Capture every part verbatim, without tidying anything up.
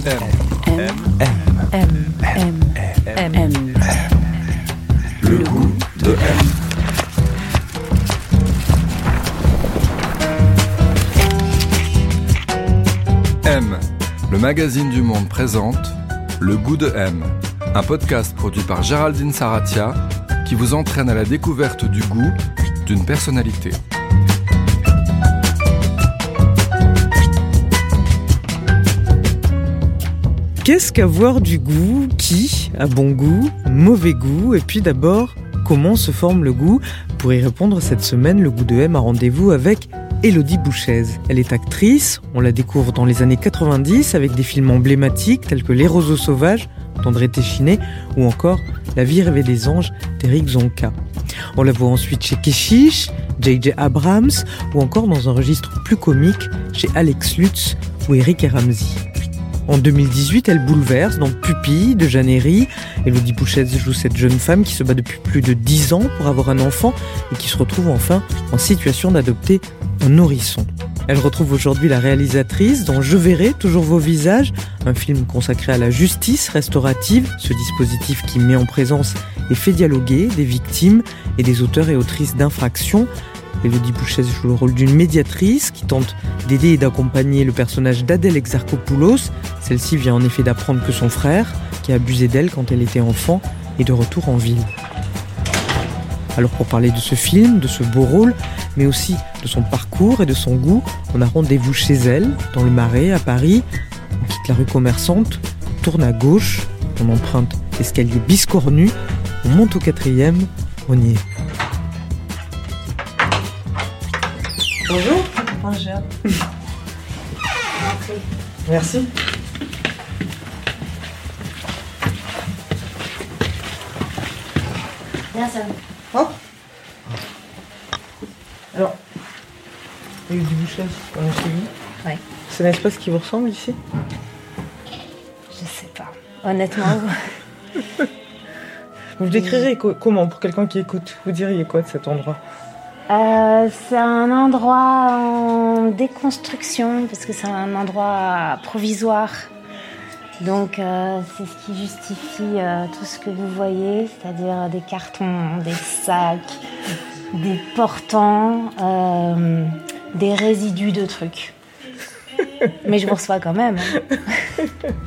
M. M. M. M. M. Le goût de M. M, le magazine du Monde présente Le goût de M, un podcast produit par Géraldine Saratia qui vous entraîne à la découverte du goût d'une personnalité. Qu'est-ce qu'avoir du goût ? Qui a bon goût, mauvais goût ? Et puis d'abord, comment se forme le goût ? Pour y répondre cette semaine, le goût de M a rendez-vous avec Élodie Bouchez. Elle est actrice, on la découvre dans les années quatre-vingt-dix avec des films emblématiques tels que Les roseaux sauvages d'André Téchiné ou encore La vie rêvée des anges d'Éric Zonka. On la voit ensuite chez Keshish, J J Abrams ou encore dans un registre plus comique chez Alex Lutz ou Eric et Ramsey. En deux mille dix-huit, elle bouleverse dans Pupille de Jeanne Herry. Élodie Bouchez joue cette jeune femme qui se bat depuis plus de dix ans pour avoir un enfant et qui se retrouve enfin en situation d'adopter un nourrisson. Elle retrouve aujourd'hui la réalisatrice dans Je verrai toujours vos visages, un film consacré à la justice restaurative, ce dispositif qui met en présence et fait dialoguer des victimes et des auteurs et autrices d'infractions. Élodie Bouchez joue le rôle d'une médiatrice qui tente d'aider et d'accompagner le personnage d'Adèle Exarchopoulos. Celle-ci vient en effet d'apprendre que son frère, qui a abusé d'elle quand elle était enfant, est de retour en ville. Alors pour parler de ce film, de ce beau rôle, mais aussi de son parcours et de son goût, on a rendez-vous chez elle, dans le Marais, à Paris. On quitte la rue Commerçante, on tourne à gauche, on emprunte l'escalier biscornu, on monte au quatrième, on y est. Bonjour. Bonjour. Merci. Bien ça. Hop. Alors, Élodie Bouchez, on est chez vous. Ouais. C'est un espace qui vous ressemble ici ? Je sais pas. Honnêtement. Vous décrirez co- comment, pour quelqu'un qui écoute ? Vous diriez quoi de cet endroit ? Euh, c'est un endroit en déconstruction parce que c'est un endroit provisoire. Donc euh, c'est ce qui justifie euh, tout ce que vous voyez, c'est-à-dire des cartons, des sacs, des portants, euh, des résidus de trucs. Mais je vous reçois quand même. Hein.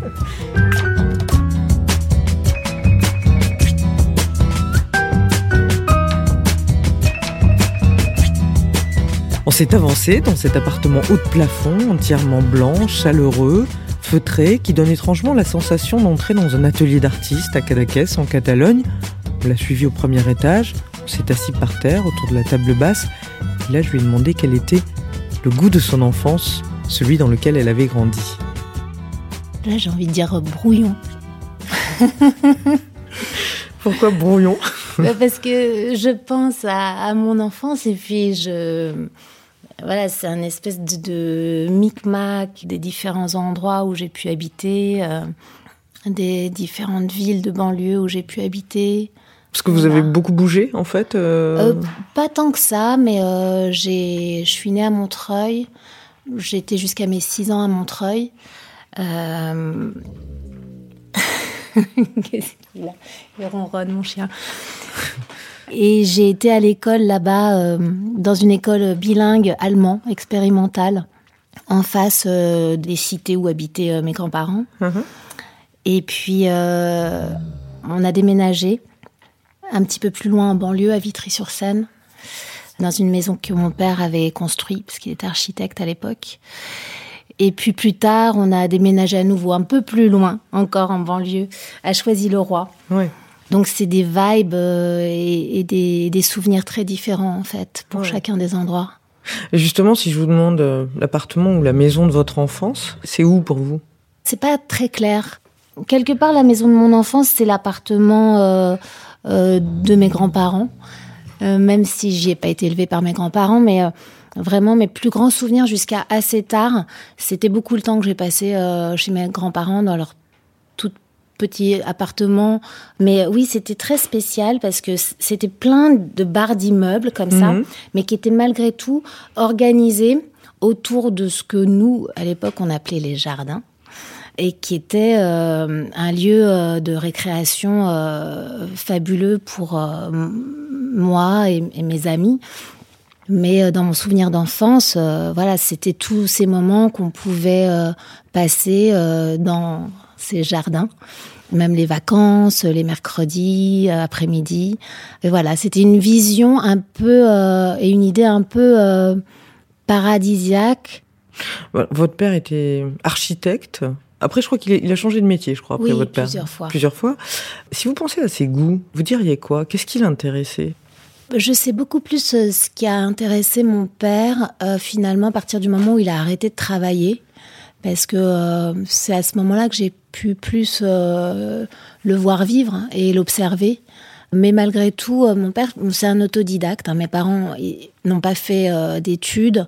On s'est avancé dans cet appartement haut de plafond, entièrement blanc, chaleureux, feutré, qui donne étrangement la sensation d'entrer dans un atelier d'artiste à Cadaqués, en Catalogne. On l'a suivi au premier étage, on s'est assis par terre autour de la table basse. Et là, je lui ai demandé quel était le goût de son enfance, celui dans lequel elle avait grandi. Là, j'ai envie de dire brouillon. Pourquoi brouillon ? Bah parce que je pense à, à mon enfance et puis je... Voilà, c'est un espèce de, de micmac des différents endroits où j'ai pu habiter, euh, des différentes villes de banlieue où j'ai pu habiter. Parce que vous voilà. avez beaucoup bougé, en fait euh... Euh, Pas tant que ça, mais euh, j'ai, je suis née à Montreuil. J'ai été jusqu'à mes six ans à Montreuil. Euh... Qu'est-ce qu'il a ? Il ronronne, mon chien. Et j'ai été à l'école là-bas, euh, dans une école bilingue allemand, expérimentale, en face euh, des cités où habitaient euh, mes grands-parents. Mmh. Et puis, euh, on a déménagé un petit peu plus loin en banlieue, à Vitry-sur-Seine, dans une maison que mon père avait construite, parce qu'il était architecte à l'époque. Et puis plus tard, on a déménagé à nouveau, un peu plus loin, encore en banlieue, à Choisy-le-Roi. Oui. Donc c'est des vibes euh, et, et des, des souvenirs très différents, en fait, pour ouais. chacun des endroits. Et justement, si je vous demande euh, l'appartement ou la maison de votre enfance, c'est où pour vous ? C'est pas très clair. Quelque part, la maison de mon enfance, c'est l'appartement euh, euh, de mes grands-parents. Euh, même si j'y ai pas été élevée par mes grands-parents, mais... Euh, Vraiment, mes plus grands souvenirs jusqu'à assez tard, c'était beaucoup le temps que j'ai passé euh, chez mes grands-parents dans leur tout petit appartement. Mais oui, c'était très spécial parce que c'était plein de barres d'immeubles comme ça, mmh. mais qui étaient malgré tout organisés autour de ce que nous, à l'époque, on appelait les jardins. et qui était euh, un lieu euh, de récréation euh, fabuleux pour euh, moi et, et mes amis. Mais euh, dans mon souvenir d'enfance, euh, voilà, c'était tous ces moments qu'on pouvait euh, passer euh, dans ces jardins. Même les vacances, les mercredis, euh, après-midi. Et voilà, c'était une vision un peu euh, et une idée un peu euh, paradisiaque. Votre père était architecte. Après, je crois qu'il est, il a changé de métier, je crois, après oui, votre père. plusieurs fois. Plusieurs fois. Si vous pensez à ses goûts, vous diriez quoi ? Qu'est-ce qui l'intéressait ? Je sais beaucoup plus euh, ce qui a intéressé mon père, euh, finalement, à partir du moment où il a arrêté de travailler. Parce que euh, c'est à ce moment-là que j'ai pu plus euh, le voir vivre et l'observer. Mais malgré tout, euh, mon père, c'est un autodidacte. Hein. Mes parents ils, n'ont pas fait euh, d'études.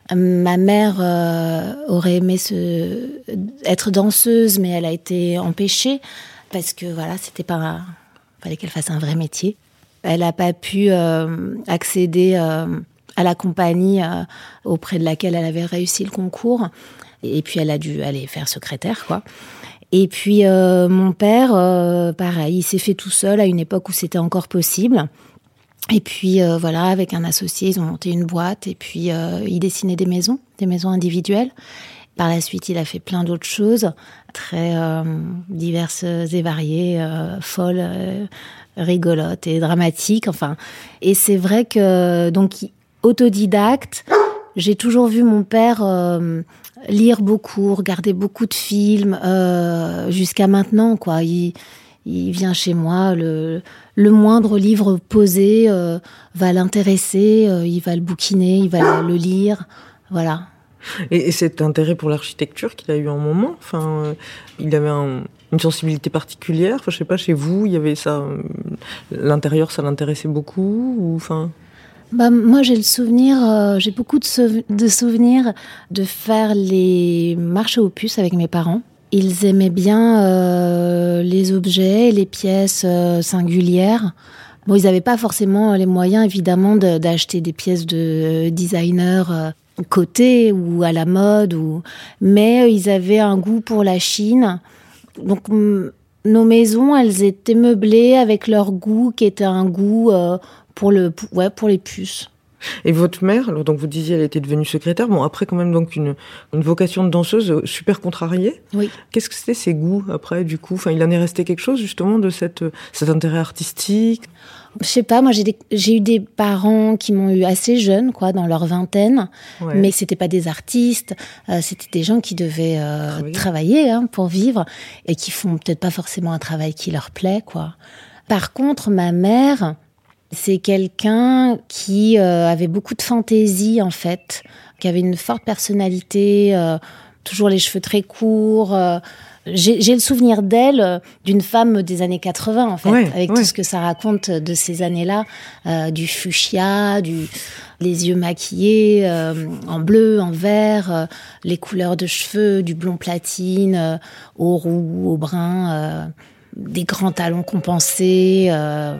Ma mère euh, aurait aimé se, être danseuse, mais elle a été empêchée parce que voilà, c'était pas, fallait qu'elle fasse un vrai métier. Elle n'a pas pu euh, accéder euh, à la compagnie euh, auprès de laquelle elle avait réussi le concours. Et puis, elle a dû aller faire secrétaire, quoi. Et puis, euh, mon père, euh, pareil, il s'est fait tout seul à une époque où c'était encore possible. Et puis, euh, voilà, avec un associé, ils ont monté une boîte. Et puis, euh, il dessinait des maisons, des maisons individuelles. Par la suite, il a fait plein d'autres choses, très euh, diverses et variées, euh, folles, euh, rigolotes et dramatiques. Enfin, et c'est vrai que, donc, autodidacte, j'ai toujours vu mon père... Euh, lire beaucoup, regarder beaucoup de films, euh, jusqu'à maintenant, quoi. Il, il vient chez moi, le, le moindre livre posé euh, va l'intéresser, euh, il va le bouquiner, il va le lire, voilà. Et, et cet intérêt pour l'architecture qu'il a eu un moment, enfin, euh, il avait un, une sensibilité particulière, enfin, je sais pas, chez vous, il y avait ça, euh, l'intérieur, ça l'intéressait beaucoup, ou enfin... Bah, moi, j'ai le souvenir, euh, j'ai beaucoup de, sou- de souvenirs de faire les marchés aux puces avec mes parents. Ils aimaient bien euh, les objets, les pièces euh, singulières. Bon, ils n'avaient pas forcément les moyens, évidemment, de, d'acheter des pièces de designers euh, cotés ou à la mode, ou... mais euh, ils avaient un goût pour la Chine. Donc, m- nos maisons, elles étaient meublées avec leur goût, qui était un goût... Euh, Pour, le, ouais, pour les puces. Et votre mère, alors donc vous disiez, elle était devenue secrétaire. Bon, après quand même donc une, une vocation de danseuse super contrariée. Oui. Qu'est-ce que c'était ses goûts après du coup ? Enfin, il en est resté quelque chose justement de cette, cet intérêt artistique ? Je sais pas, moi j'ai, des, j'ai eu des parents qui m'ont eu assez jeunes, quoi, dans leur vingtaine, ouais. Mais c'était pas des artistes, euh, c'était des gens qui devaient euh, travailler, travailler hein, pour vivre et qui font peut-être pas forcément un travail qui leur plaît, quoi. Par contre, ma mère... C'est quelqu'un qui euh, avait beaucoup de fantaisie, en fait, qui avait une forte personnalité, euh, toujours les cheveux très courts. Euh, j'ai, j'ai le souvenir d'elle, euh, d'une femme des années quatre-vingts, en fait, ouais, avec ouais. tout ce que ça raconte de ces années-là, euh, du fuchsia, du, les yeux maquillés euh, en bleu, en vert, euh, les couleurs de cheveux, du blond platine, euh, au roux, au brun, euh, des grands talons compensés... Euh,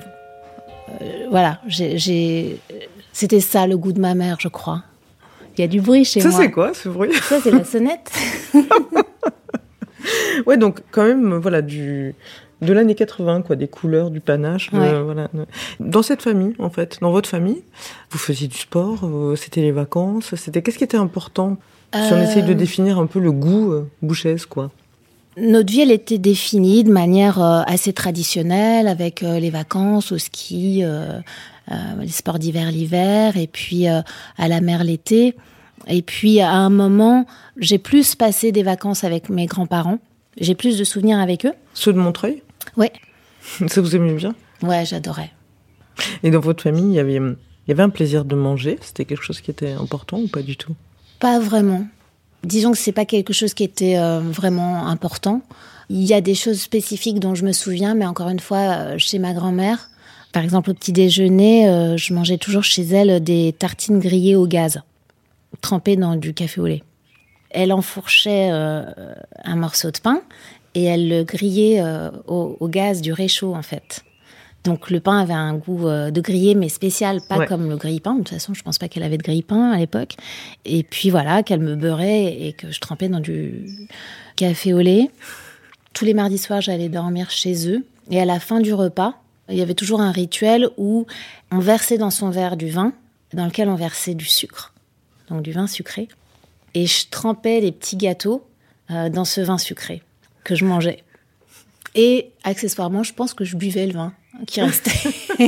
Euh, voilà, j'ai, j'ai... c'était ça le goût de ma mère, je crois. Il y a du bruit chez ça, moi. Ça, c'est quoi, ce bruit ? Ça, c'est la sonnette. Ouais, donc quand même, voilà, du... de l'année quatre-vingts, quoi, des couleurs, du panache. Ouais. Euh, voilà. Dans cette famille, en fait, dans votre famille, vous faisiez du sport, c'était les vacances, c'était... Qu'est-ce qui était important ? Si on euh... essaye de définir un peu le goût euh, bouchaise, quoi. Notre vie, elle était définie de manière euh, assez traditionnelle, avec euh, les vacances au ski, euh, euh, les sports d'hiver l'hiver, et puis euh, à la mer l'été. Et puis, à un moment, j'ai plus passé des vacances avec mes grands-parents. J'ai plus de souvenirs avec eux. Ceux de Montreuil ? Oui. Ça vous aimait bien ? Ouais, j'adorais. Et dans votre famille, il y avait, il y avait un plaisir de manger ? C'était quelque chose qui était important ou pas du tout ? Pas vraiment. Disons que c'est pas quelque chose qui était euh, vraiment important. Il y a des choses spécifiques dont je me souviens, mais encore une fois, euh, chez ma grand-mère, par exemple au petit déjeuner, euh, je mangeais toujours chez elle des tartines grillées au gaz, trempées dans du café au lait. Elle enfourchait euh, un morceau de pain et elle le grillait euh, au, au gaz du réchaud, en fait. Donc le pain avait un goût euh, de grillé, mais spécial, pas ouais. comme le grille-pain. De toute façon, je pense pas qu'elle avait de grille-pain à l'époque. Et puis voilà, qu'elle me beurrait et que je trempais dans du café au lait. Tous les mardis soirs, j'allais dormir chez eux. Et à la fin du repas, il y avait toujours un rituel où on versait dans son verre du vin, dans lequel on versait du sucre, donc du vin sucré. Et je trempais les petits gâteaux euh, dans ce vin sucré que je mangeais. Et accessoirement, je pense que je buvais le vin qui restait. M,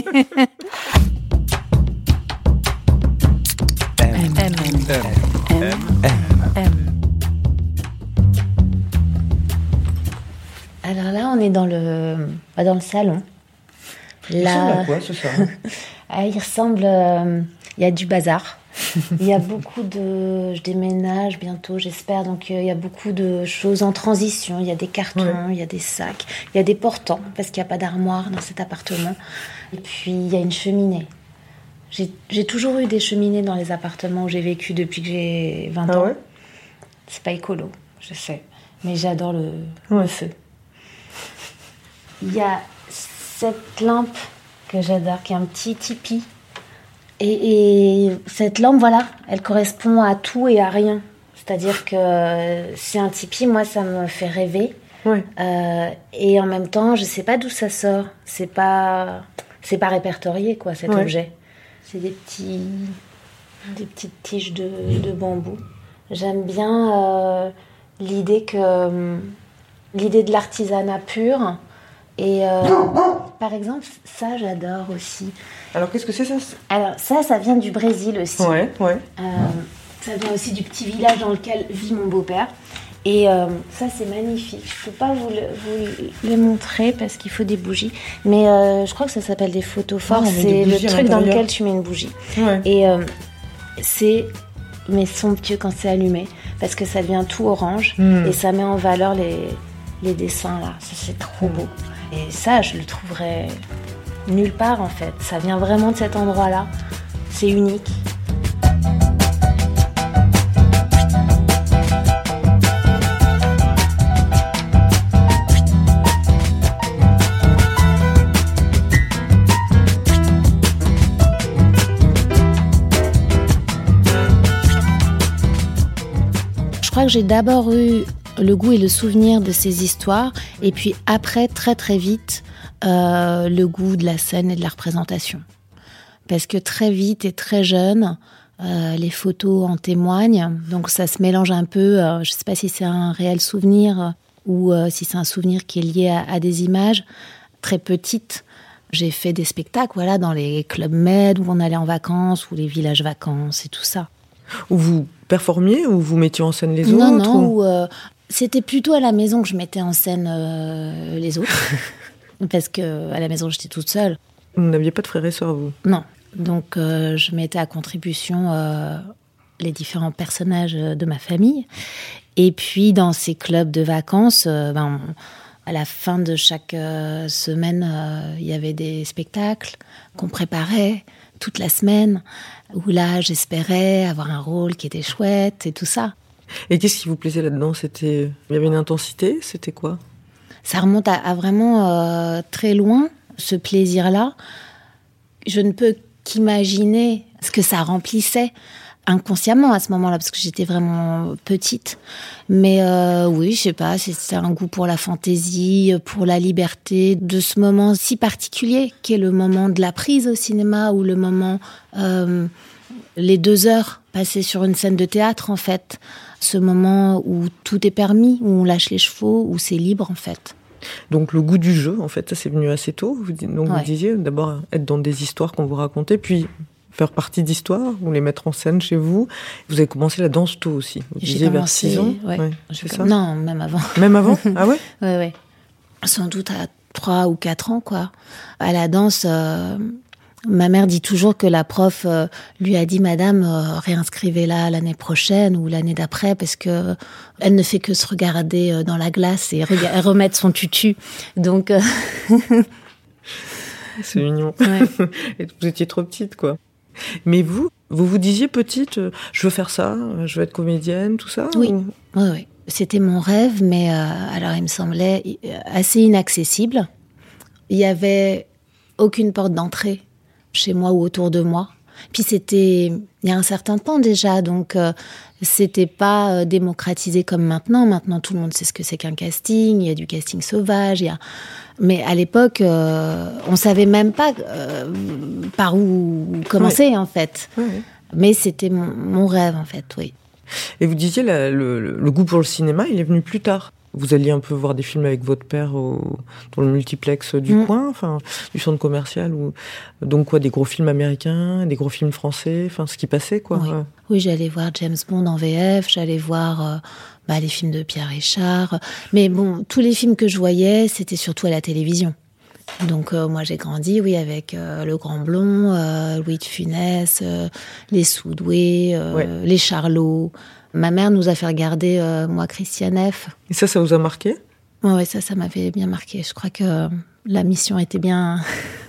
M, M, M, M. Alors là, on est dans le, dans le salon. Il Là... ressemble à quoi, ce salon? ah, il ressemble... Euh, il y a du bazar. Il y a beaucoup de... Je déménage bientôt, j'espère. Donc, euh, il y a beaucoup de choses en transition. Il y a des cartons, ouais. Il y a des sacs. Il y a des portants, parce qu'il n'y a pas d'armoire dans cet appartement. Et puis, il y a une cheminée. J'ai, j'ai toujours eu des cheminées dans les appartements où j'ai vécu depuis que j'ai vingt ah ans. Ouais, c'est pas écolo, je sais. Mais j'adore le, ouais. le feu. Il y a cette lampe que j'adore, qui est un petit tipi. Et, et cette lampe, voilà, elle correspond à tout et à rien. C'est-à-dire que c'est un tipi, moi, ça me fait rêver. Ouais. Euh, et en même temps, je sais pas d'où ça sort. C'est pas, c'est pas répertorié, quoi, cet ouais. objet. C'est des petits, des petites tiges de, de bambou. J'aime bien euh, l'idée que, l'idée de l'artisanat pur. Et euh, par exemple, ça, j'adore aussi. Alors, qu'est-ce que c'est ça? Alors, ça, ça vient du Brésil aussi. Ouais, ouais. Euh, ça vient aussi du petit village dans lequel vit mon beau-père. Et euh, ça, c'est magnifique. Je ne peux pas vous le, vous le montrer parce qu'il faut des bougies. Mais euh, je crois que ça s'appelle des photophores. Oh, c'est le truc dans lequel tu mets une bougie. Ouais. Et euh, c'est mais somptueux quand c'est allumé parce que ça devient tout orange mm. et ça met en valeur les, les dessins là. Ça, c'est trop beau. Et ça, je le trouverais nulle part en fait. Ça vient vraiment de cet endroit-là. C'est unique. Je crois que j'ai d'abord eu le goût et le souvenir de ces histoires, et puis après, très très vite, euh, le goût de la scène et de la représentation. Parce que très vite et très jeune, euh, les photos en témoignent, donc ça se mélange un peu, euh, je ne sais pas si c'est un réel souvenir euh, ou euh, si c'est un souvenir qui est lié à, à des images. Très petite, j'ai fait des spectacles voilà, dans les clubs med où on allait en vacances, ou les villages vacances et tout ça. Où vous performiez ou vous mettiez en scène les non, autres? Non, ou... où, euh, c'était plutôt à la maison que je mettais en scène euh, les autres. Parce qu'à la maison, j'étais toute seule. Vous n'aviez pas de frères et sœurs, vous? Non. Donc, euh, je mettais à contribution euh, les différents personnages de ma famille. Et puis, dans ces clubs de vacances, euh, ben, on, à la fin de chaque euh, semaine, il euh, y avait des spectacles qu'on préparait toute la semaine, où là, j'espérais avoir un rôle qui était chouette et tout ça. Et qu'est-ce qui vous plaisait là-dedans? C'était... Il y avait une intensité? C'était quoi? Ça remonte à, à vraiment euh, très loin, ce plaisir-là. Je ne peux qu'imaginer ce que ça remplissait inconsciemment à ce moment-là, parce que j'étais vraiment petite. Mais euh, oui, je sais pas, c'était un goût pour la fantaisie, pour la liberté de ce moment si particulier, qui est le moment de la prise au cinéma, ou le moment, euh, les deux heures passées sur une scène de théâtre, en fait. Ce moment où tout est permis, où on lâche les chevaux, où c'est libre, en fait. Donc le goût du jeu, en fait, ça c'est venu assez tôt. Vous, donc ouais. Vous disiez d'abord être dans des histoires qu'on vous racontait, puis faire partie d'histoires, ou les mettre en scène chez vous. Vous avez commencé la danse tôt aussi. Vous J'ai disiez commencé, vers six ans. Ouais. Ouais, c'est ça. Comme... Non, même avant. Même avant? Ah ouais? Ouais, ouais. Sans doute à trois ou quatre ans, quoi. À la danse, euh, ma mère dit toujours que la prof euh, lui a dit « Madame, euh, réinscrivez-la l'année prochaine ou l'année d'après, parce que elle ne fait que se regarder euh, dans la glace et rega- remettre son tutu. » Donc... Euh... C'est mignon. Ouais. Et vous étiez trop petite, quoi. Mais vous, vous vous disiez petite, euh, je veux faire ça, je veux être comédienne, tout ça? Oui, ou... oui, oui. C'était mon rêve, mais euh, alors il me semblait assez inaccessible. Il y avait aucune porte d'entrée chez moi ou autour de moi. Puis c'était il y a un certain temps déjà, donc euh, c'était pas euh, démocratisé comme maintenant. Maintenant, tout le monde sait ce que c'est qu'un casting. Il y a du casting sauvage. Il y a... Mais à l'époque, euh, on savait même pas euh, par où commencer, ouais. en fait. Ouais, ouais. Mais c'était mon, mon rêve, en fait, oui. Et vous disiez, la, le, le, le goût pour le cinéma, il est venu plus tard. Vous alliez un peu voir des films avec votre père au, dans le multiplex du mmh. coin, enfin, du centre commercial, ou donc quoi, des gros films américains, des gros films français, enfin, ce qui passait, quoi. Oui, ouais. oui, j'allais voir James Bond en V F, j'allais voir euh, bah, les films de Pierre Richard, mais bon, tous les films que je voyais, c'était surtout à la télévision. Donc euh, moi j'ai grandi, oui, avec euh, Le Grand Blond, euh, Louis de Funès, euh, les Soudoué, euh, ouais. les Charlots. Ma mère nous a fait regarder, euh, moi, Christiane F. Et ça, ça vous a marqué ? Oui, ouais, ça, ça m'avait bien marqué. Je crois que euh, la mission était bien,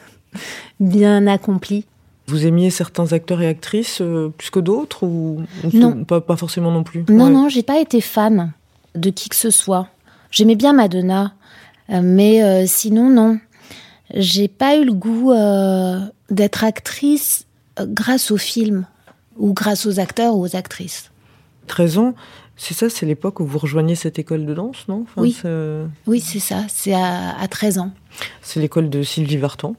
bien accomplie. Vous aimiez certains acteurs et actrices euh, plus que d'autres ou, ou non. Pas, pas forcément non plus ? Non, ouais. non, j'ai pas été fan de qui que ce soit. J'aimais bien Madonna, euh, mais euh, sinon, non. J'ai pas eu le goût euh, d'être actrice euh, grâce aux films ou grâce aux acteurs ou aux actrices. treize ans, c'est ça, c'est l'époque où vous rejoignez cette école de danse, non ? enfin, Oui, c'est... oui, c'est ça, c'est à, à treize ans. C'est l'école de Sylvie Vartan.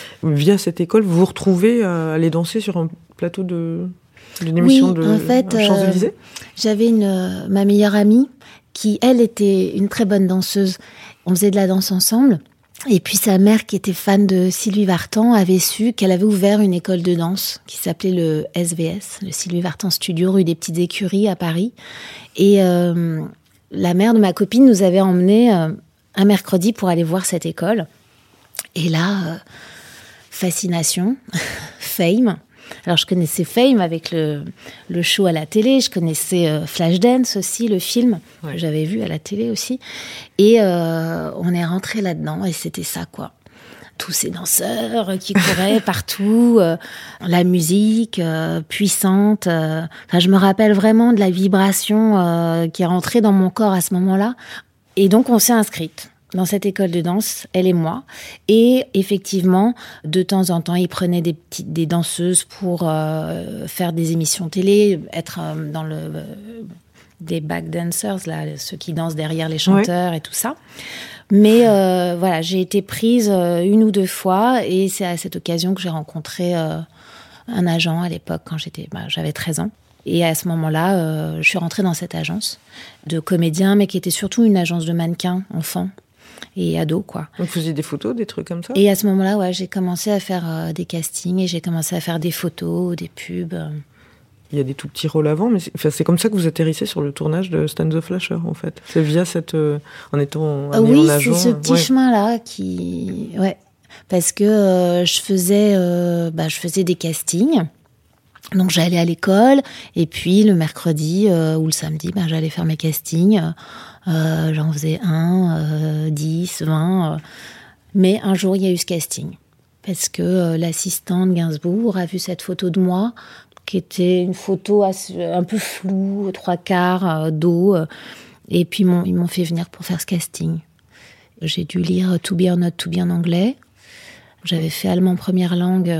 Via cette école, vous vous retrouvez à aller danser sur un plateau de, d'une émission oui, de en fait, Champs-Élysées ? euh, j'avais une, euh, ma meilleure amie qui, elle, était une très bonne danseuse. On faisait de la danse ensemble. Et puis sa mère, qui était fan de Sylvie Vartan, avait su qu'elle avait ouvert une école de danse qui s'appelait le S V S, le Sylvie Vartan Studio, rue des Petites Écuries à Paris. Et euh, la mère de ma copine nous avait emmenés euh, un mercredi pour aller voir cette école. Et là, euh, fascination, fame. Alors je connaissais Fame avec le, le show à la télé, je connaissais euh, Flashdance aussi, le film ouais. que j'avais vu à la télé aussi. Et euh, on est rentré là-dedans et c'était ça, quoi. Tous ces danseurs qui couraient partout, euh, la musique euh, puissante. Euh, enfin, je me rappelle vraiment de la vibration euh, qui est rentrée dans mon corps à ce moment-là. Et donc on s'est inscrite dans cette école de danse, elle et moi. Et effectivement, de temps en temps, ils prenaient des petites des danseuses pour euh, faire des émissions télé, être euh, dans le euh, des back dancers, là, ceux qui dansent derrière les chanteurs ouais. et tout ça. Mais euh, voilà, j'ai été prise euh, une ou deux fois et c'est à cette occasion que j'ai rencontré euh, un agent à l'époque quand j'étais, bah, j'avais treize ans. Et à ce moment-là, euh, je suis rentrée dans cette agence de comédiens, mais qui était surtout une agence de mannequins, enfants et ados, quoi. Donc vous faisiez des photos, des trucs comme ça ? Et à ce moment-là, ouais, j'ai commencé à faire euh, des castings et j'ai commencé à faire des photos, des pubs. Il y a des tout petits rôles avant, mais c'est, enfin, c'est comme ça que vous atterrissez sur le tournage de Stan the Flasher, en fait. C'est via cette... Euh, en étant euh, Oui, en agent, c'est ce petit ouais. chemin-là qui... Ouais, parce que euh, je faisais, euh, bah, je faisais des castings. Donc j'allais à l'école et puis le mercredi euh, ou le samedi, ben, j'allais faire mes castings. Euh, j'en faisais un, euh, dix, vingt. Euh, mais un jour, il y a eu ce casting. Parce que euh, l'assistante Gainsbourg a vu cette photo de moi, qui était une photo assez, un peu floue, trois quarts euh, d'eau. Euh, et puis mon, ils m'ont fait venir pour faire ce casting. J'ai dû lire To Be or Not To Be en anglais. J'avais fait allemand première langue.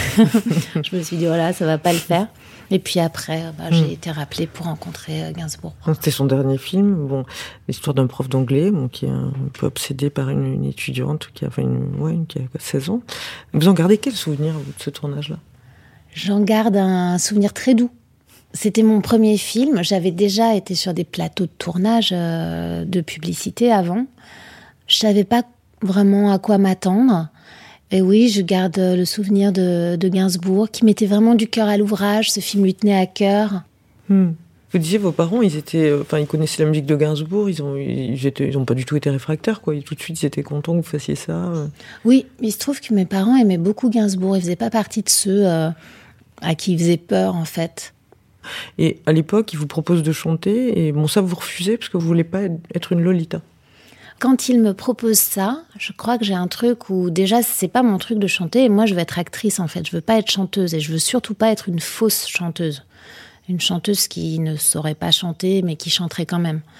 Je me suis dit, voilà, ça va pas le faire. Et puis après, bah, j'ai mmh. été rappelée pour rencontrer Gainsbourg. C'était son dernier film, bon, l'histoire d'un prof d'anglais bon, qui est un peu obsédé par une, une étudiante qui a, enfin une, ouais, qui a seize ans. Vous en gardez quel souvenir, vous, de ce tournage-là ? J'en garde un souvenir très doux. C'était mon premier film. J'avais déjà été sur des plateaux de tournage euh, de publicité avant. Je savais pas vraiment à quoi m'attendre. Et oui, je garde le souvenir de, de Gainsbourg, qui mettait vraiment du cœur à l'ouvrage. Ce film lui tenait à cœur. Hmm. Vous disiez, vos parents, ils étaient, enfin, ils connaissaient la musique de Gainsbourg. Ils ont, ils étaient, ils ont pas du tout été réfractaires, quoi. Tout de suite, ils étaient contents que vous fassiez ça. Oui, il se trouve que mes parents aimaient beaucoup Gainsbourg. Ils faisaient pas partie de ceux euh, à qui il faisait peur, en fait. Et à l'époque, ils vous proposent de chanter, et bon, ça, vous refusez parce que vous voulez pas être une Lolita. Quand il me propose ça, je crois que j'ai un truc où déjà c'est pas mon truc de chanter et moi je veux être actrice en fait, je veux pas être chanteuse et je veux surtout pas être une fausse chanteuse. Une chanteuse qui ne saurait pas chanter mais qui chanterait quand même.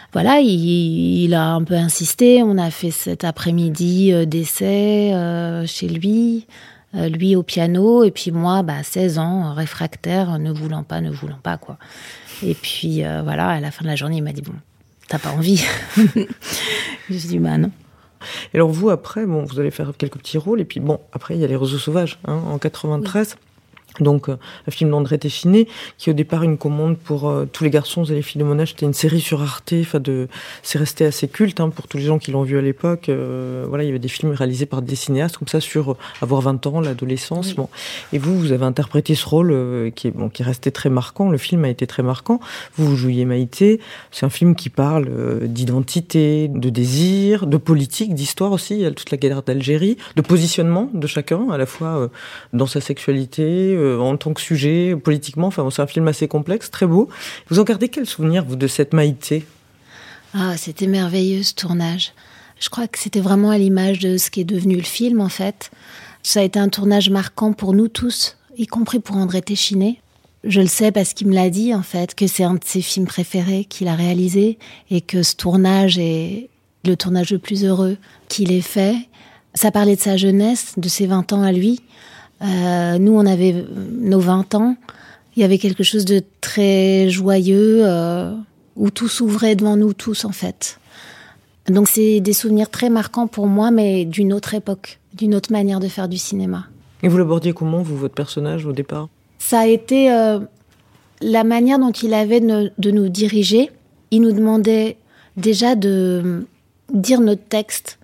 voilà, il, il a un peu insisté. On a fait cet après-midi euh, d'essai euh, chez lui, euh, lui au piano, et puis moi, bah, seize ans, réfractaire, ne voulant pas, ne voulant pas, quoi. Et puis euh, voilà, à la fin de la journée, il m'a dit, bon, t'as pas envie? Je lui ai dit, bah non. Et alors vous, après, bon, vous allez faire quelques petits rôles, et puis bon, après, il y a Les Roseaux Sauvages, hein, en quatre-vingt-treize. Oui. Donc, euh, un film d'André Téchiné, qui au départ une commande pour euh, tous les garçons et les filles de mon âge. C'était une série sur Arte. Enfin, de, c'est resté assez culte hein, pour tous les gens qui l'ont vu à l'époque. Euh, voilà, il y avait des films réalisés par des cinéastes comme ça sur euh, avoir vingt ans, l'adolescence. Oui. Bon. Et vous, vous avez interprété ce rôle euh, qui est bon, qui est resté très marquant. Le film a été très marquant. Vous, vous jouiez Maïté. C'est un film qui parle euh, d'identité, de désir, de politique, d'histoire aussi. Il y a toute la guerre d'Algérie, de positionnement de chacun, à la fois euh, dans sa sexualité. Euh, en tant que sujet, politiquement, enfin, c'est un film assez complexe, très beau. Vous en gardez quel souvenir, vous, de cette Maïté? Ah, c'était merveilleux, ce tournage. Je crois que c'était vraiment à l'image de ce qui est devenu le film, en fait. Ça a été un tournage marquant pour nous tous, y compris pour André Téchiné. Je le sais parce qu'il me l'a dit, en fait, que c'est un de ses films préférés qu'il a réalisé et que ce tournage est le tournage le plus heureux qu'il ait fait. Ça parlait de sa jeunesse, de ses vingt ans à lui. Euh, nous, on avait nos vingt ans. Il y avait quelque chose de très joyeux, euh, où tout s'ouvrait devant nous tous, en fait. Donc, c'est des souvenirs très marquants pour moi, mais d'une autre époque, d'une autre manière de faire du cinéma. Et vous l'abordiez comment, vous, votre personnage, au départ? Ça a été euh, la manière dont il avait de, de nous diriger. Il nous demandait déjà de dire notre texte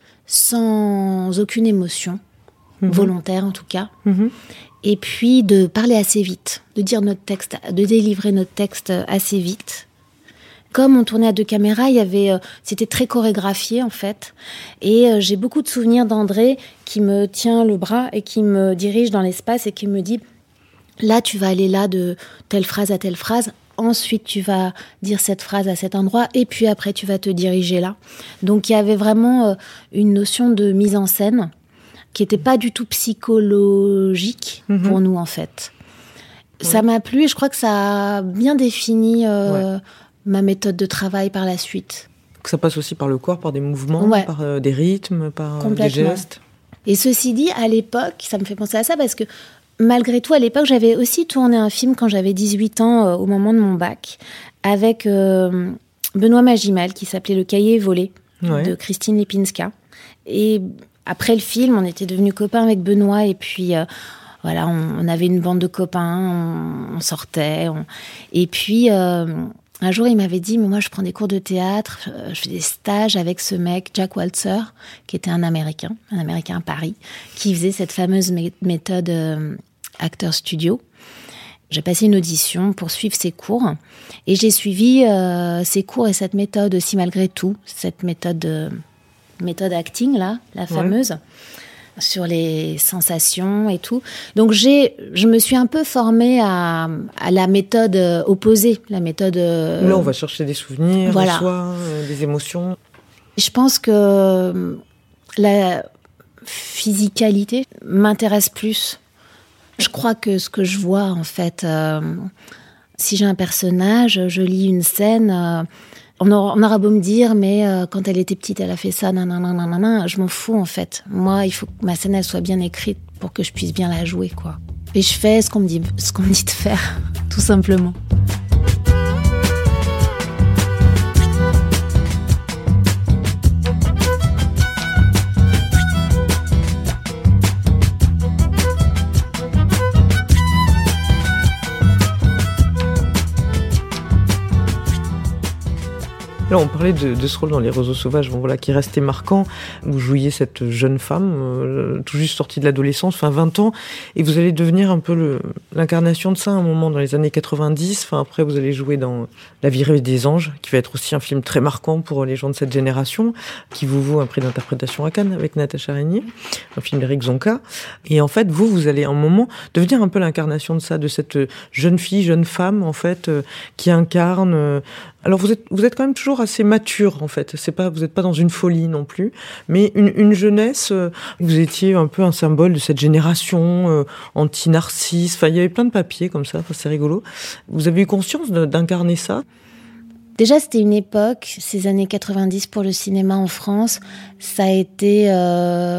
sans aucune émotion. Mmh. Volontaire en tout cas, mmh. Et puis de parler assez vite, de dire notre texte, de délivrer notre texte assez vite. Comme on tournait à deux caméras, il y avait, euh, c'était très chorégraphié en fait, et euh, j'ai beaucoup de souvenirs d'André qui me tient le bras et qui me dirige dans l'espace et qui me dit là tu vas aller là de telle phrase à telle phrase. Ensuite, tu vas dire cette phrase à cet endroit, et puis après, tu vas te diriger là. Donc, il y avait vraiment euh, une notion de mise en scène qui n'était pas du tout psychologique mmh. pour nous, en fait. Ouais. Ça m'a plu et je crois que ça a bien défini euh, ouais. ma méthode de travail par la suite. Que ça passe aussi par le corps, par des mouvements, ouais. par euh, des rythmes, par des gestes. Et ceci dit, à l'époque, ça me fait penser à ça parce que malgré tout, à l'époque, j'avais aussi tourné un film quand j'avais dix-huit ans, euh, au moment de mon bac, avec euh, Benoît Magimel, qui s'appelait Le Cahier volé, ouais. de Christine Lipinska. Et après le film, on était devenus copains avec Benoît, et puis euh, voilà, on, on avait une bande de copains, on, on sortait. On... Et puis, euh, un jour, il m'avait dit, mais moi, je prends des cours de théâtre, je fais des stages avec ce mec, Jack Waltzer, qui était un Américain, un Américain à Paris, qui faisait cette fameuse mé- méthode euh, acteur studio. J'ai passé une audition pour suivre ses cours, et j'ai suivi euh, ses cours et cette méthode aussi malgré tout, cette méthode... Euh, méthode acting, là, la fameuse, ouais. sur les sensations et tout. Donc, j'ai, je me suis un peu formée à, à la méthode opposée, la méthode... Euh, là, on va chercher des souvenirs, voilà. des choix, euh, des émotions. Je pense que la physicalité m'intéresse plus. Je crois que ce que je vois, en fait, euh, si j'ai un personnage, je lis une scène... Euh, On aura, on aura beau me dire, mais euh, quand elle était petite, elle a fait ça, nanana, nanana, je m'en fous en fait. Moi, il faut que ma scène elle soit bien écrite pour que je puisse bien la jouer, quoi. Et je fais ce qu'on me dit, ce qu'on me dit de faire, tout simplement. Là, on parlait de, de ce rôle dans Les Roseaux Sauvages, bon, voilà, qui restait marquant. Vous jouiez cette jeune femme, euh, tout juste sortie de l'adolescence, enfin vingt ans, et vous allez devenir un peu le, l'incarnation de ça à un moment dans les années quatre-vingt-dix. Enfin, après, vous allez jouer dans La Virée des Anges, qui va être aussi un film très marquant pour les gens de cette génération, qui vous vaut un prix d'interprétation à Cannes avec Natacha Régnier, un film d'Éric Zonka. Et en fait, vous, vous allez à un moment devenir un peu l'incarnation de ça, de cette jeune fille, jeune femme, en fait, euh, qui incarne... Euh, alors, vous êtes, vous êtes quand même toujours assez mature, en fait. C'est pas, vous n'êtes pas dans une folie non plus. Mais une, une jeunesse, euh, vous étiez un peu un symbole de cette génération euh, anti-narcisse. Enfin, il y avait plein de papiers comme ça. Enfin, c'est rigolo. Vous avez eu conscience de, d'incarner ça ? Déjà, c'était une époque, ces années quatre-vingt-dix pour le cinéma en France, ça a été euh,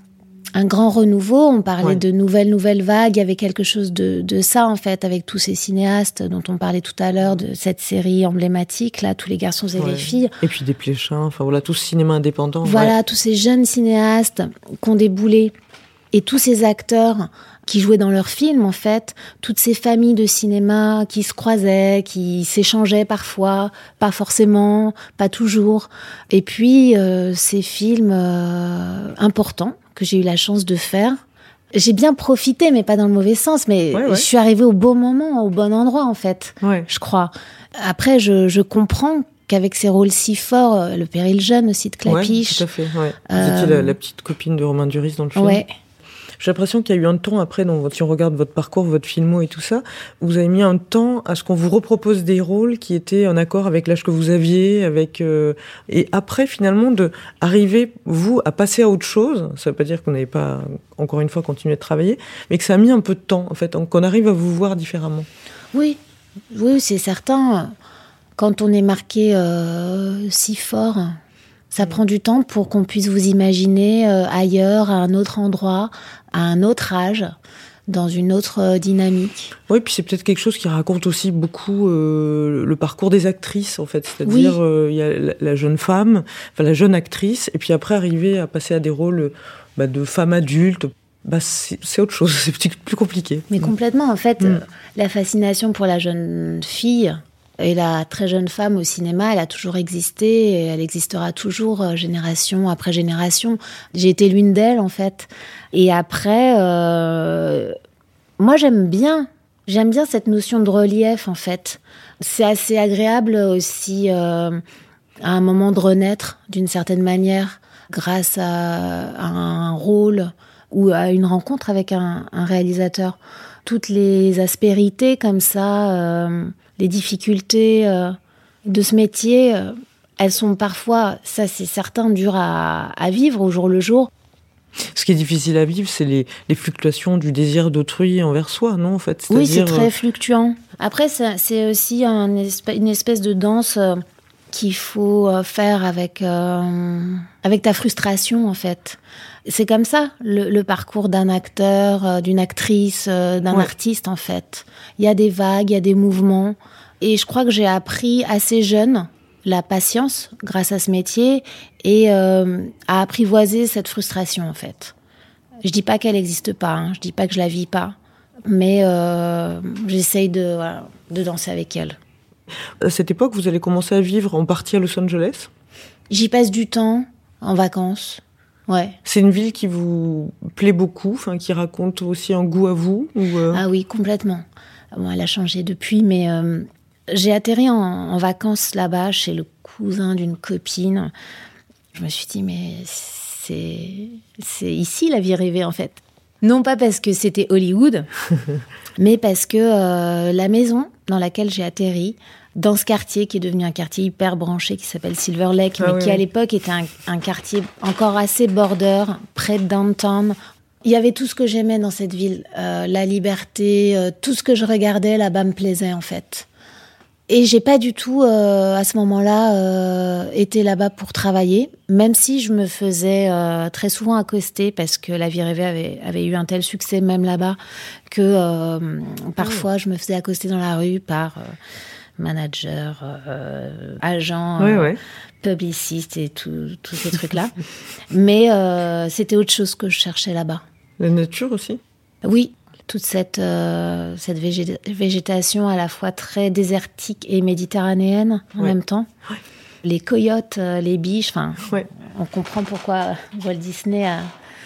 un grand renouveau. On parlait ouais. de nouvelles, nouvelles vagues. Il y avait quelque chose de, de ça, en fait, avec tous ces cinéastes dont on parlait tout à l'heure, de cette série emblématique, là, Tous les garçons et ouais. les filles. Et puis des Pléchins, enfin voilà, tout ce cinéma indépendant. Voilà, ouais. tous ces jeunes cinéastes qui ont déboulé. Et tous ces acteurs qui jouaient dans leurs films, en fait, toutes ces familles de cinéma qui se croisaient, qui s'échangeaient parfois, pas forcément, pas toujours. Et puis, euh, ces films euh, importants que j'ai eu la chance de faire. J'ai bien profité, mais pas dans le mauvais sens, mais ouais, ouais. je suis arrivée au bon moment, au bon endroit, en fait, ouais. je crois. Après, je, je comprends qu'avec ces rôles si forts, le Péril jeune aussi de Clapiche. Oui, tout à fait, ouais. Euh, Vous étiez la, la petite copine de Romain Duris dans le film. Ouais. J'ai l'impression qu'il y a eu un temps après, donc, si on regarde votre parcours, votre filmo et tout ça, vous avez mis un temps à ce qu'on vous repropose des rôles qui étaient en accord avec l'âge que vous aviez, avec euh, et après finalement de arriver vous à passer à autre chose. Ça veut pas dire qu'on n'avait pas encore une fois continué de travailler, mais que ça a mis un peu de temps en fait, qu'on arrive à vous voir différemment. Oui, oui, c'est certain. Quand on est marqué euh, si fort. Ça prend du temps pour qu'on puisse vous imaginer euh, ailleurs, à un autre endroit, à un autre âge, dans une autre euh, dynamique. Oui, puis c'est peut-être quelque chose qui raconte aussi beaucoup euh, le parcours des actrices, en fait. C'est-à-dire, il oui. euh, y a la, la jeune femme, enfin la jeune actrice, et puis après arriver à passer à des rôles bah, de femme adulte. Bah, c'est, c'est autre chose, c'est plus compliqué. Mais complètement, en fait, mm. euh, la fascination pour la jeune fille... Et la très jeune femme au cinéma, elle a toujours existé et elle existera toujours euh, génération après génération. J'ai été l'une d'elles, en fait. Et après, euh, moi, j'aime bien. J'aime bien cette notion de relief, en fait. C'est assez agréable aussi, euh, à un moment de renaître, d'une certaine manière, grâce à, à un rôle ou à une rencontre avec un, un réalisateur. Toutes les aspérités comme ça... Euh, les difficultés euh, de ce métier, euh, elles sont parfois, ça c'est certain, dures à, à vivre au jour le jour. Ce qui est difficile à vivre, c'est les, les fluctuations du désir d'autrui envers soi, non en fait. Oui, c'est très fluctuant. Après, c'est, c'est aussi un espèce, une espèce de danse euh, qu'il faut faire avec, euh, avec ta frustration, en fait. C'est comme ça, le, le parcours d'un acteur, euh, d'une actrice, euh, d'un ouais. artiste, en fait. Il y a des vagues, il y a des mouvements. Et je crois que j'ai appris assez jeune la patience grâce à ce métier et euh, à apprivoiser cette frustration, en fait. Je dis pas qu'elle n'existe pas, hein, je dis pas que je la vis pas, mais euh, j'essaye de, voilà, de danser avec elle. À cette époque, vous allez commencer à vivre en partie à Los Angeles ? J'y passe du temps, en vacances. Ouais. C'est une ville qui vous plaît beaucoup, enfin qui raconte aussi un goût à vous ou euh... Ah oui, complètement. Bon, elle a changé depuis, mais euh, j'ai atterri en, en vacances là-bas chez le cousin d'une copine. Je me suis dit, mais c'est, c'est ici la vie rêvée, en fait. Non pas parce que c'était Hollywood, mais parce que euh, la maison dans laquelle j'ai atterri, dans ce quartier qui est devenu un quartier hyper branché, qui s'appelle Silver Lake, ah mais oui. qui à l'époque était un, un quartier encore assez border, près de downtown. Il y avait tout ce que j'aimais dans cette ville, euh, la liberté, euh, tout ce que je regardais là-bas me plaisait en fait. Et j'ai pas du tout, euh, à ce moment-là, euh, été là-bas pour travailler, même si je me faisais euh, très souvent accoster, parce que La Vie rêvée avait, avait eu un tel succès même là-bas, que euh, parfois je me faisais accoster dans la rue par... Euh, manager, euh, agent, ouais, euh, ouais. publiciste et tous ces trucs-là. Mais euh, c'était autre chose que je cherchais là-bas. La nature aussi ? Oui, toute cette, euh, cette végé- végétation à la fois très désertique et méditerranéenne en ouais. même temps. Ouais. Les coyotes, euh, les biches, enfin, ouais. on comprend pourquoi Walt Disney a,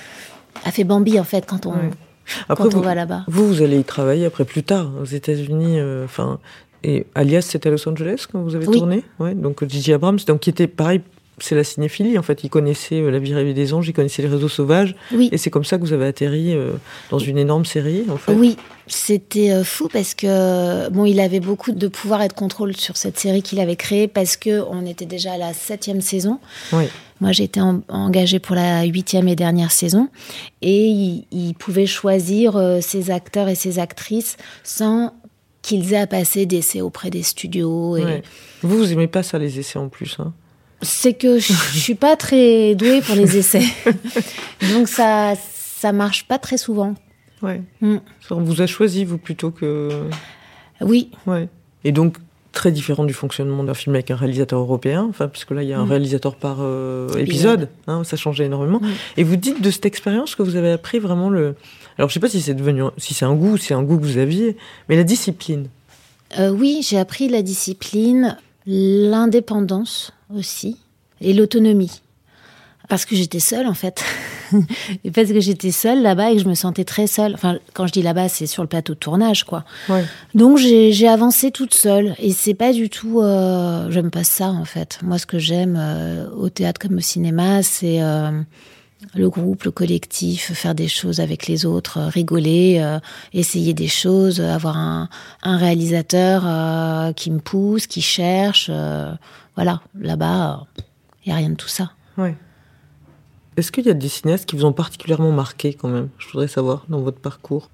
a fait Bambi en fait quand on, ouais. après, quand on vous, va là-bas. Vous, vous allez y travailler après plus tard aux États-Unis, enfin. Euh, Et Alias, c'était à Los Angeles quand vous avez oui. tourné, ouais. Donc J J Abrams, donc qui était pareil, c'est la cinéphilie en fait. Il connaissait euh, La Vie rêvée des anges, il connaissait Les Réseaux sauvages, oui. et c'est comme ça que vous avez atterri euh, dans une énorme série en fait. Oui, c'était euh, fou parce que bon, il avait beaucoup de pouvoir et de contrôle sur cette série qu'il avait créée parce que on était déjà à la septième saison. Oui. Moi, j'ai été en, engagée pour la huitième et dernière saison, et il, il pouvait choisir euh, ses acteurs et ses actrices sans qu'ils aient à passer d'essais auprès des studios. Et... Ouais. Vous, vous aimez pas ça, les essais en plus, hein? C'est que je suis pas très douée pour les essais. Donc ça, ça marche pas très souvent. Ouais. Mm. On vous a choisi, vous, plutôt que... Oui. Ouais. Et donc, très différent du fonctionnement d'un film avec un réalisateur européen, enfin, parce que là, il y a un mmh. réalisateur par euh, épisode, hein, ça changeait énormément. Mmh. Et vous dites de cette expérience que vous avez appris vraiment le... Alors, je sais pas si c'est devenu, si c'est un goût, si c'est un goût que vous aviez, mais la discipline. Euh, oui, j'ai appris la discipline, l'indépendance aussi, et l'autonomie. Parce que j'étais seule, en fait. Et parce que j'étais seule là-bas et que je me sentais très seule. Enfin, quand je dis là-bas, c'est sur le plateau de tournage, quoi. Ouais. Donc, j'ai, j'ai avancé toute seule. Et c'est pas du tout... Euh, j'aime pas ça, en fait. Moi, ce que j'aime euh, au théâtre comme au cinéma, c'est euh, le groupe, le collectif, faire des choses avec les autres, euh, rigoler, euh, essayer des choses, avoir un, un réalisateur euh, qui me pousse, qui cherche. Euh, voilà, là-bas, il n'y a rien de tout ça. Ouais. Est-ce qu'il y a des cinéastes qui vous ont particulièrement marqué, quand même ? Je voudrais savoir, dans votre parcours.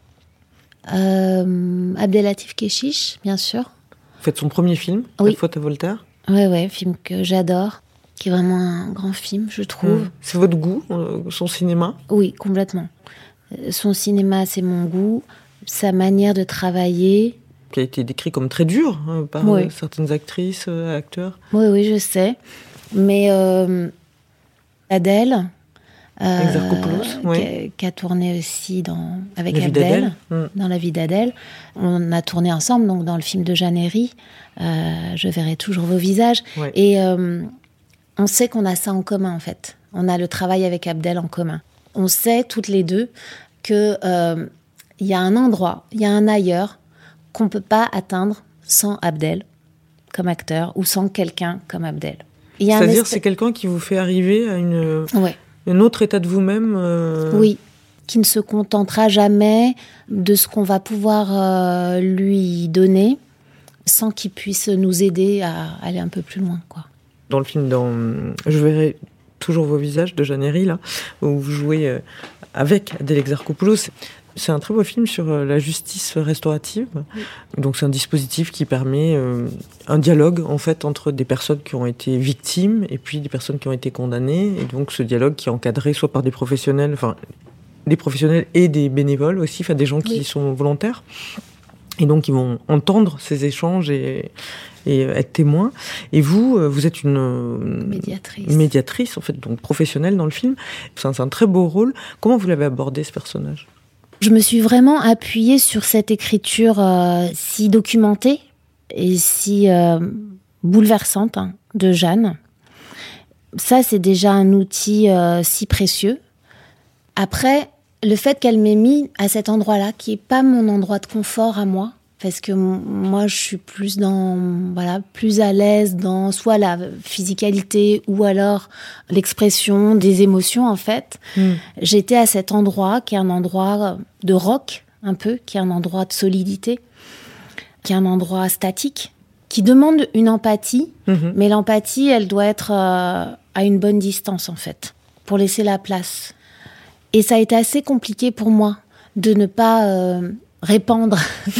Euh, Abdelatif Kechiche, bien sûr. Vous faites son premier film, oui. La faute à Voltaire. Oui, oui, film que j'adore, qui est vraiment un grand film, je trouve. Mmh. C'est votre goût, son cinéma ? Oui, complètement. Son cinéma, c'est mon goût, sa manière de travailler. Qui a été décrit comme très dur hein, par oui. certaines actrices, euh, acteurs. Oui, oui, je sais. Mais euh, Adèle... Euh, oui. qui, a, qui a tourné aussi dans, avec la Abdel, mmh. dans La vie d'Adèle. On a tourné ensemble, donc dans le film de Jeanne Herry, euh, Je verrai toujours vos visages. Ouais. Et euh, on sait qu'on a ça en commun, en fait. On a le travail avec Abdel en commun. On sait, toutes les deux, qu'il euh, y a un endroit, il y a un ailleurs qu'on ne peut pas atteindre sans Abdel comme acteur ou sans quelqu'un comme Abdel. Il y a C'est-à-dire, espèce... c'est quelqu'un qui vous fait arriver à une... Ouais. Un autre état de vous-même euh... Oui, qui ne se contentera jamais de ce qu'on va pouvoir euh, lui donner sans qu'il puisse nous aider à aller un peu plus loin, quoi. Dans le film, dans Je verrai toujours vos visages de Jeanne Herry, là, où vous jouez euh, avec Adèle Exarchopoulos, c'est, c'est un très beau film sur euh, la justice restaurative. Oui. Donc c'est un dispositif qui permet euh, un dialogue en fait entre des personnes qui ont été victimes et puis des personnes qui ont été condamnées. Et donc ce dialogue qui est encadré soit par des professionnels, enfin des professionnels et des bénévoles aussi, enfin des gens qui oui. sont volontaires. Et donc ils vont entendre ces échanges et, et être témoins. Et vous, vous êtes une médiatrice, médiatrice en fait, donc professionnelle dans le film. C'est un, c'est un très beau rôle. Comment vous l'avez abordé ce personnage ? Je me suis vraiment appuyée sur cette écriture euh, si documentée et si euh, bouleversante hein, de Jeanne. Ça, c'est déjà un outil euh, si précieux. Après, le fait qu'elle m'ait mis à cet endroit-là, qui n'est pas mon endroit de confort à moi, parce que m- moi, je suis plus dans, voilà, plus à l'aise dans soit la physicalité ou alors l'expression des émotions, en fait. Mm. J'étais à cet endroit qui est un endroit de rock, un peu, qui est un endroit de solidité, qui est un endroit statique, qui demande une empathie, mm-hmm. mais l'empathie, elle doit être euh, à une bonne distance, en fait, pour laisser la place. Et ça a été assez compliqué pour moi de ne pas... Euh, répandre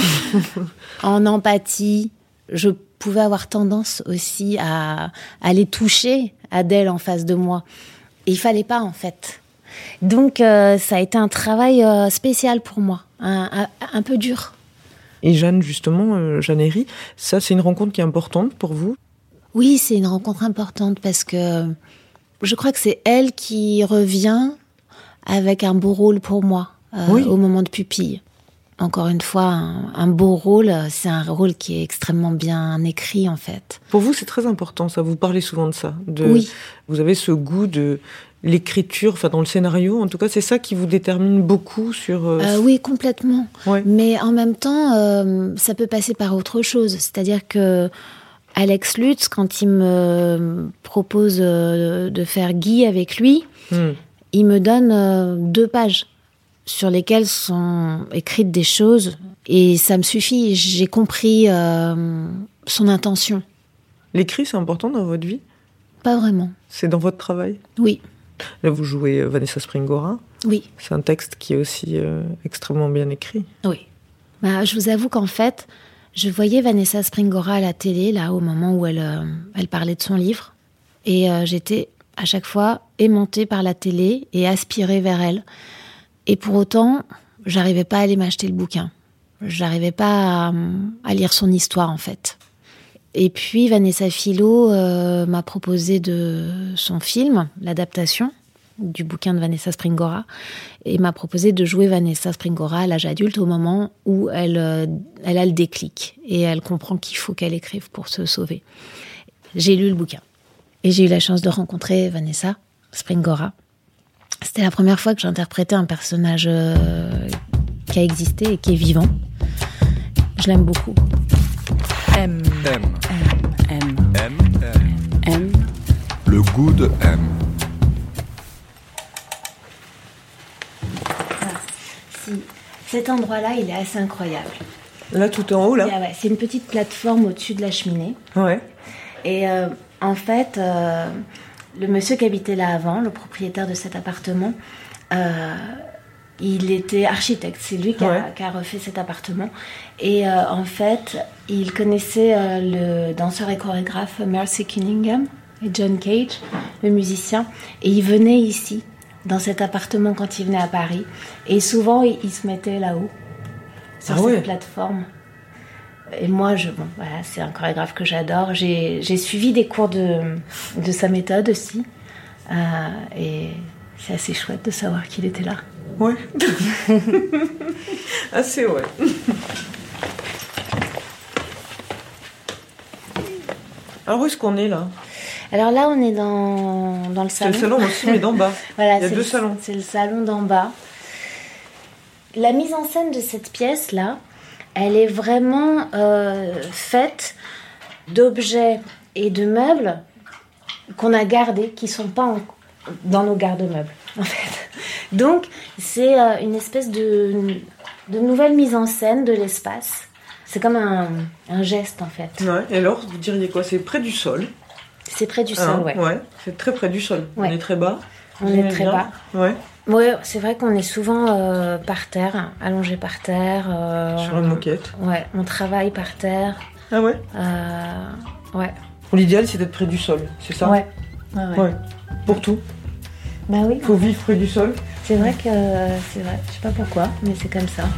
en empathie. Je pouvais avoir tendance aussi à, à aller toucher Adèle en face de moi. Et il fallait pas, en fait. Donc, euh, ça a été un travail euh, spécial pour moi, un, un, un peu dur. Et Jeanne, justement, euh, Jeanne Herry, ça, c'est une rencontre qui est importante pour vous ? Oui, c'est une rencontre importante parce que je crois que c'est elle qui revient avec un beau rôle pour moi euh, oui. au moment de Pupille. Encore une fois, un, un beau rôle, c'est un rôle qui est extrêmement bien écrit, en fait. Pour vous, c'est très important, ça. Vous parlez souvent de ça. De, oui. Vous avez ce goût de l'écriture, enfin, dans le scénario. En tout cas, c'est ça qui vous détermine beaucoup sur... Euh, euh, oui, complètement. Ouais. Mais en même temps, euh, ça peut passer par autre chose. C'est-à-dire que Alex Lutz, quand il me propose euh, de faire Guy avec lui, hmm. il me donne euh, deux pages sur lesquelles sont écrites des choses, et ça me suffit. J'ai compris euh, son intention. L'écrit, c'est important dans votre vie ? Pas vraiment. C'est dans votre travail ? Oui. Là, vous jouez Vanessa Springora. Oui. C'est un texte qui est aussi euh, extrêmement bien écrit. Oui. Bah, je vous avoue qu'en fait, Je voyais Vanessa Springora à la télé, là, au moment où elle, euh, elle parlait de son livre. Et euh, j'étais à chaque fois aimantée par la télé et aspirée vers elle. Et pour autant, j'arrivais pas à aller m'acheter le bouquin. J'arrivais pas à, à lire son histoire, en fait. Et puis, Vanessa Philo euh, m'a proposé de son film, l'adaptation du bouquin de Vanessa Springora, et m'a proposé de jouer Vanessa Springora à l'âge adulte au moment où elle, euh, elle a le déclic et elle comprend qu'il faut qu'elle écrive pour se sauver. J'ai lu le bouquin et j'ai eu la chance de rencontrer Vanessa Springora. C'était la première fois que j'interprétais un personnage euh, qui a existé et qui est vivant. Je l'aime beaucoup. M. M. M. M. M. M. M. Le goût de M. Si. Cet endroit-là, il est assez incroyable. Là, tout en haut, là. Ah ouais, c'est une petite plateforme au-dessus de la cheminée. Ouais. Et euh, en fait, euh, le monsieur qui habitait là avant, le propriétaire de cet appartement, euh, il était architecte. C'est lui qui a, Ouais. qui a refait cet appartement. Et euh, en fait, il connaissait euh, le danseur et chorégraphe Mercy Cunningham et John Cage, le musicien. Et il venait ici, dans cet appartement, quand il venait à Paris. Et souvent, il, il se mettait là-haut, sur Ah cette ouais. plateforme. Et moi, je, bon, voilà, c'est un chorégraphe que j'adore. J'ai, j'ai suivi des cours de, de sa méthode aussi. Euh, et c'est assez chouette de savoir qu'il était là. Ouais. Assez, ouais. Alors, où est-ce qu'on est, là? Alors là, on est dans, dans le C'est salon. le salon aussi, mais d'en bas. Voilà, Il y a c'est deux le, salons. C'est le salon d'en bas. La mise en scène de cette pièce-là, elle est vraiment euh, faite d'objets et de meubles qu'on a gardés, qui ne sont pas en- dans nos garde-meubles, en fait. Donc, c'est euh, une espèce de, de nouvelle mise en scène de l'espace. C'est comme un, un geste, en fait. Ouais. Et alors, vous diriez quoi? C'est près du sol. C'est près du sol, Hein, ouais. Ouais. C'est très près du sol. Ouais. On est très bas. On Vous est aimez très bien? bas. Ouais. Ouais, c'est vrai qu'on est souvent euh, par terre, allongé par terre. euh, Sur une moquette. Ouais, on travaille par terre. Ah ouais. Euh, ouais. L'idéal, c'est d'être près du sol, c'est ça? Ouais. Ouais, ouais. Ouais. Pour tout. Bah oui, Il faut vivre près du sol. c'est vrai que c'est vrai. Je sais pas pourquoi, mais c'est comme ça.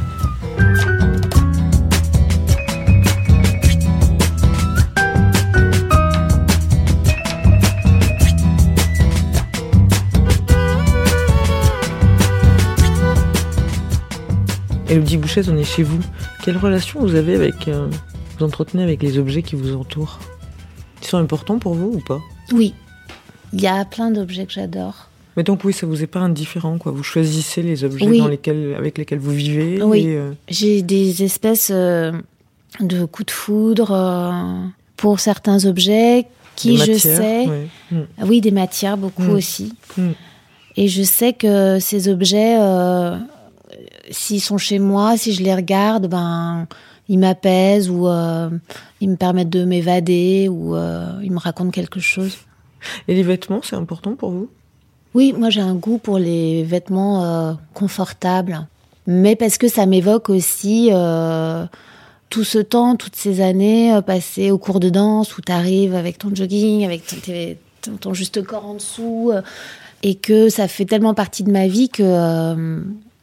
Élodie Bouchette, on est chez vous. Quelle relation vous avez avec, euh, vous entretenez avec les objets qui vous entourent? Ils sont importants pour vous ou pas? Oui, il y a plein d'objets que j'adore. Mais donc oui, ça vous est pas indifférent, quoi. Vous choisissez les objets Oui. dans lesquels, avec lesquels vous vivez. Oui. Et, euh, J'ai des espèces euh, de coups de foudre euh, pour certains objets qui, des je matières, sais... ouais. Mm. Ah oui, des matières, beaucoup Mm. aussi. Mm. Et je sais que ces objets, euh, s'ils sont chez moi, si je les regarde, ben, ils m'apaisent ou euh, ils me permettent de m'évader ou euh, ils me racontent quelque chose. Et les vêtements, c'est important pour vous? Oui, moi j'ai un goût pour les vêtements euh, confortables, mais parce que ça m'évoque aussi euh, tout ce temps, toutes ces années euh, passées au cours de danse où tu arrives avec ton jogging, avec ton, tes- ton, ton juste corps en dessous, euh, et que ça fait tellement partie de ma vie que euh,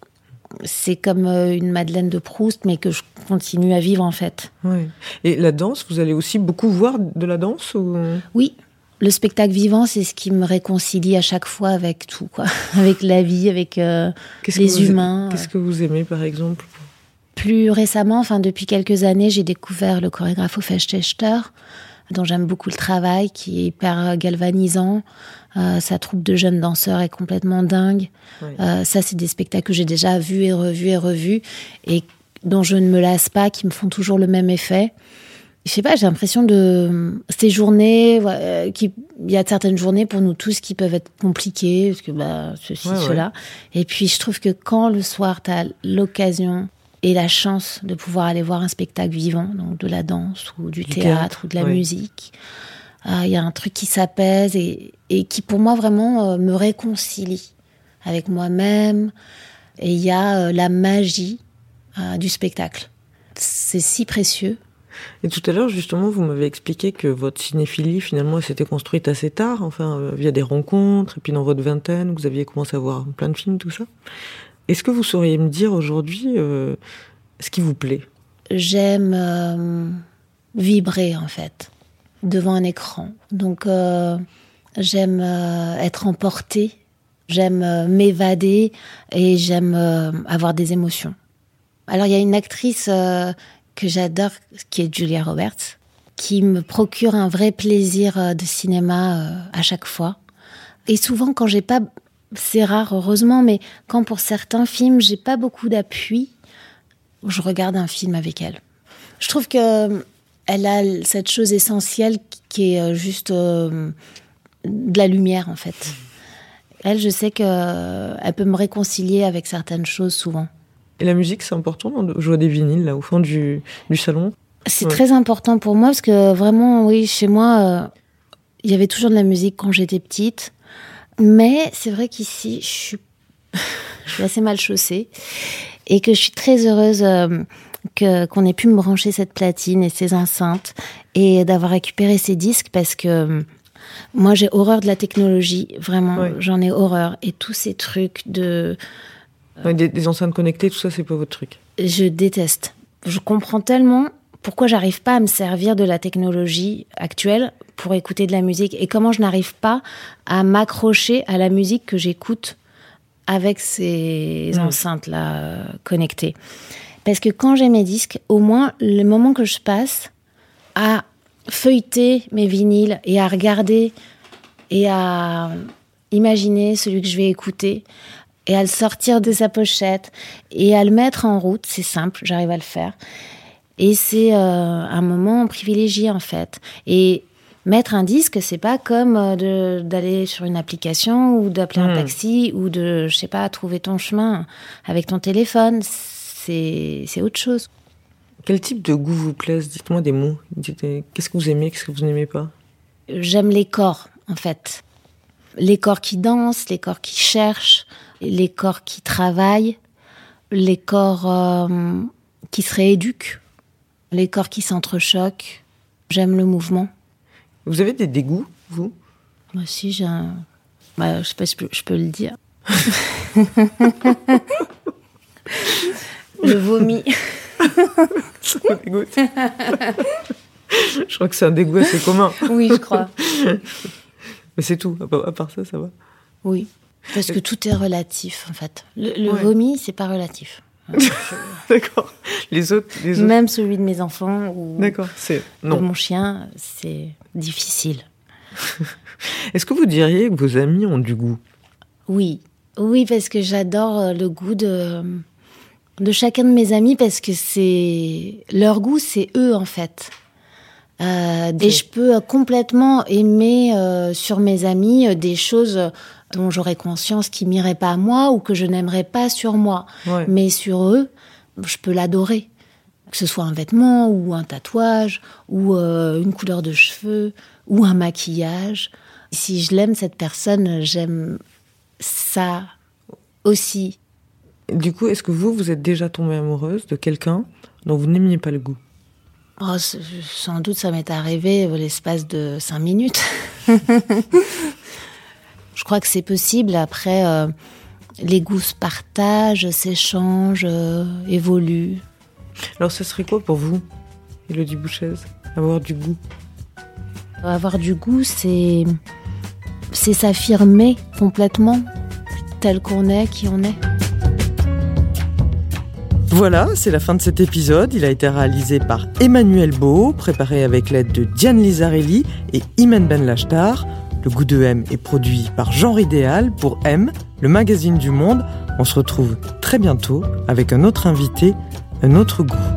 c'est comme euh, une Madeleine de Proust, mais que je continue à vivre en fait. Ouais. Et la danse, vous allez aussi beaucoup voir de la danse ou... Oui. Le spectacle vivant, c'est ce qui me réconcilie à chaque fois avec tout, quoi. Avec la vie, avec euh, Qu'est-ce les que vous, humains. Qu'est-ce que vous aimez, par exemple? Plus récemment, enfin depuis quelques années, j'ai découvert le chorégraphe Ophèche Techter, dont j'aime beaucoup le travail, qui est hyper galvanisant. Euh, sa troupe de jeunes danseurs est complètement dingue. Oui. Euh, ça, c'est des spectacles que j'ai déjà vus et revus et revus, et dont je ne me lasse pas, qui me font toujours le même effet. Je sais pas, j'ai l'impression de ces journées, euh, qui, il y a certaines journées pour nous tous qui peuvent être compliquées, parce que bah ceci, Ouais, cela. Et puis je trouve que quand le soir t'as l'occasion et la chance de pouvoir aller voir un spectacle vivant, donc de la danse ou du, Du théâtre, théâtre, ou de la ouais. musique, il euh, y a un truc qui s'apaise et, et qui pour moi vraiment euh, me réconcilie avec moi-même. Et il y a euh, la magie euh, du spectacle. C'est si précieux. Et tout à l'heure, justement, vous m'avez expliqué que votre cinéphilie, finalement, s'était construite assez tard, enfin, euh, via des rencontres, et puis dans votre vingtaine, vous aviez commencé à voir plein de films, tout ça. Est-ce que vous sauriez me dire aujourd'hui euh, ce qui vous plaît ? J'aime euh, vibrer, en fait, devant un écran. Donc, euh, j'aime euh, être emportée, j'aime euh, m'évader, et j'aime euh, avoir des émotions. Alors, il y a une actrice euh, que j'adore, qui est Julia Roberts, qui me procure un vrai plaisir euh, de cinéma euh, à chaque fois. Et souvent, quand j'ai pas... C'est rare, heureusement, mais quand pour certains films, j'ai pas beaucoup d'appui, je regarde un film avec elle. Je trouve que elle a cette chose essentielle qui est juste euh, de la lumière, en fait. Elle, je sais qu'elle peut me réconcilier avec certaines choses, souvent. Et la musique, c'est important, je vois des vinyles là au fond du, du salon. C'est ouais. Très important pour moi parce que vraiment, oui, chez moi, euh, il y avait toujours de la musique quand j'étais petite. Mais c'est vrai qu'ici, je suis, je suis assez mal chaussée et que je suis très heureuse euh, que, qu'on ait pu me brancher cette platine et ces enceintes et d'avoir récupéré ces disques parce que euh, moi, j'ai horreur de la technologie, vraiment, ouais. J'en ai horreur. Et tous ces trucs de... Des, des enceintes connectées, tout ça, c'est pas votre truc. Je déteste. Je comprends tellement pourquoi j'arrive pas à me servir de la technologie actuelle pour écouter de la musique et comment je n'arrive pas à m'accrocher à la musique que j'écoute avec ces mmh. enceintes-là euh, connectées. Parce que quand j'ai mes disques, au moins, le moment que je passe à feuilleter mes vinyles et à regarder et à imaginer celui que je vais écouter, et à le sortir de sa pochette, et à le mettre en route, c'est simple, j'arrive à le faire. Et c'est euh, un moment privilégié, en fait. Et mettre un disque, c'est pas comme de, d'aller sur une application, ou d'appeler mmh. un taxi, ou de, je sais pas, trouver ton chemin avec ton téléphone. C'est, c'est autre chose. Quel type de goût vous plaise ? Dites-moi des mots. Dites, qu'est-ce que vous aimez, qu'est-ce que vous n'aimez pas ? J'aime les corps, en fait. Les corps qui dansent, les corps qui cherchent, les corps qui travaillent, les corps euh, qui se rééduquent, les corps qui s'entrechoquent. J'aime le mouvement. Vous avez des dégoûts, vous ? Moi aussi, j'ai un... Bah, je sais pas si je peux, je peux le dire. Le vomi. Ça me dégoûte. Je crois que c'est un dégoût assez commun. Oui, je crois. Mais c'est tout. À part ça, ça va ? Oui. Parce que tout est relatif, en fait. Le, le ouais. vomi, c'est pas relatif. Je... D'accord. Les autres, les autres... Même celui de mes enfants ou D'accord. C'est... Non. de mon chien, c'est difficile. Est-ce que vous diriez que vos amis ont du goût ? Oui. Oui, parce que j'adore le goût de, de chacun de mes amis, parce que c'est... leur goût, c'est eux, en fait. Euh, okay. Et je peux complètement aimer euh, sur mes amis euh, des choses dont j'aurais conscience qui m'iraient pas à moi ou que je n'aimerais pas sur moi. Ouais. Mais sur eux, je peux l'adorer. Que ce soit un vêtement ou un tatouage ou euh, une couleur de cheveux ou un maquillage. Si je l'aime, cette personne, j'aime ça aussi. Du coup, est-ce que vous, vous êtes déjà tombée amoureuse de quelqu'un dont vous n'aimiez pas le goût ? Oh, sans doute, ça m'est arrivé l'espace de cinq minutes. Je crois que c'est possible. Après, euh, les goûts se partagent, s'échangent, euh, évoluent. Alors, ce serait quoi pour vous, Élodie Bouchez, avoir du goût ? Avoir du goût, c'est, c'est s'affirmer complètement, tel qu'on est, qui on est. Voilà, c'est la fin de cet épisode. Il a été réalisé par Emmanuel Beau, préparé avec l'aide de Diane Lizarelli et Imen Ben Lachtar. Le Goût de M est produit par Genre Idéal pour M, le magazine du Monde. On se retrouve très bientôt avec un autre invité, un autre goût.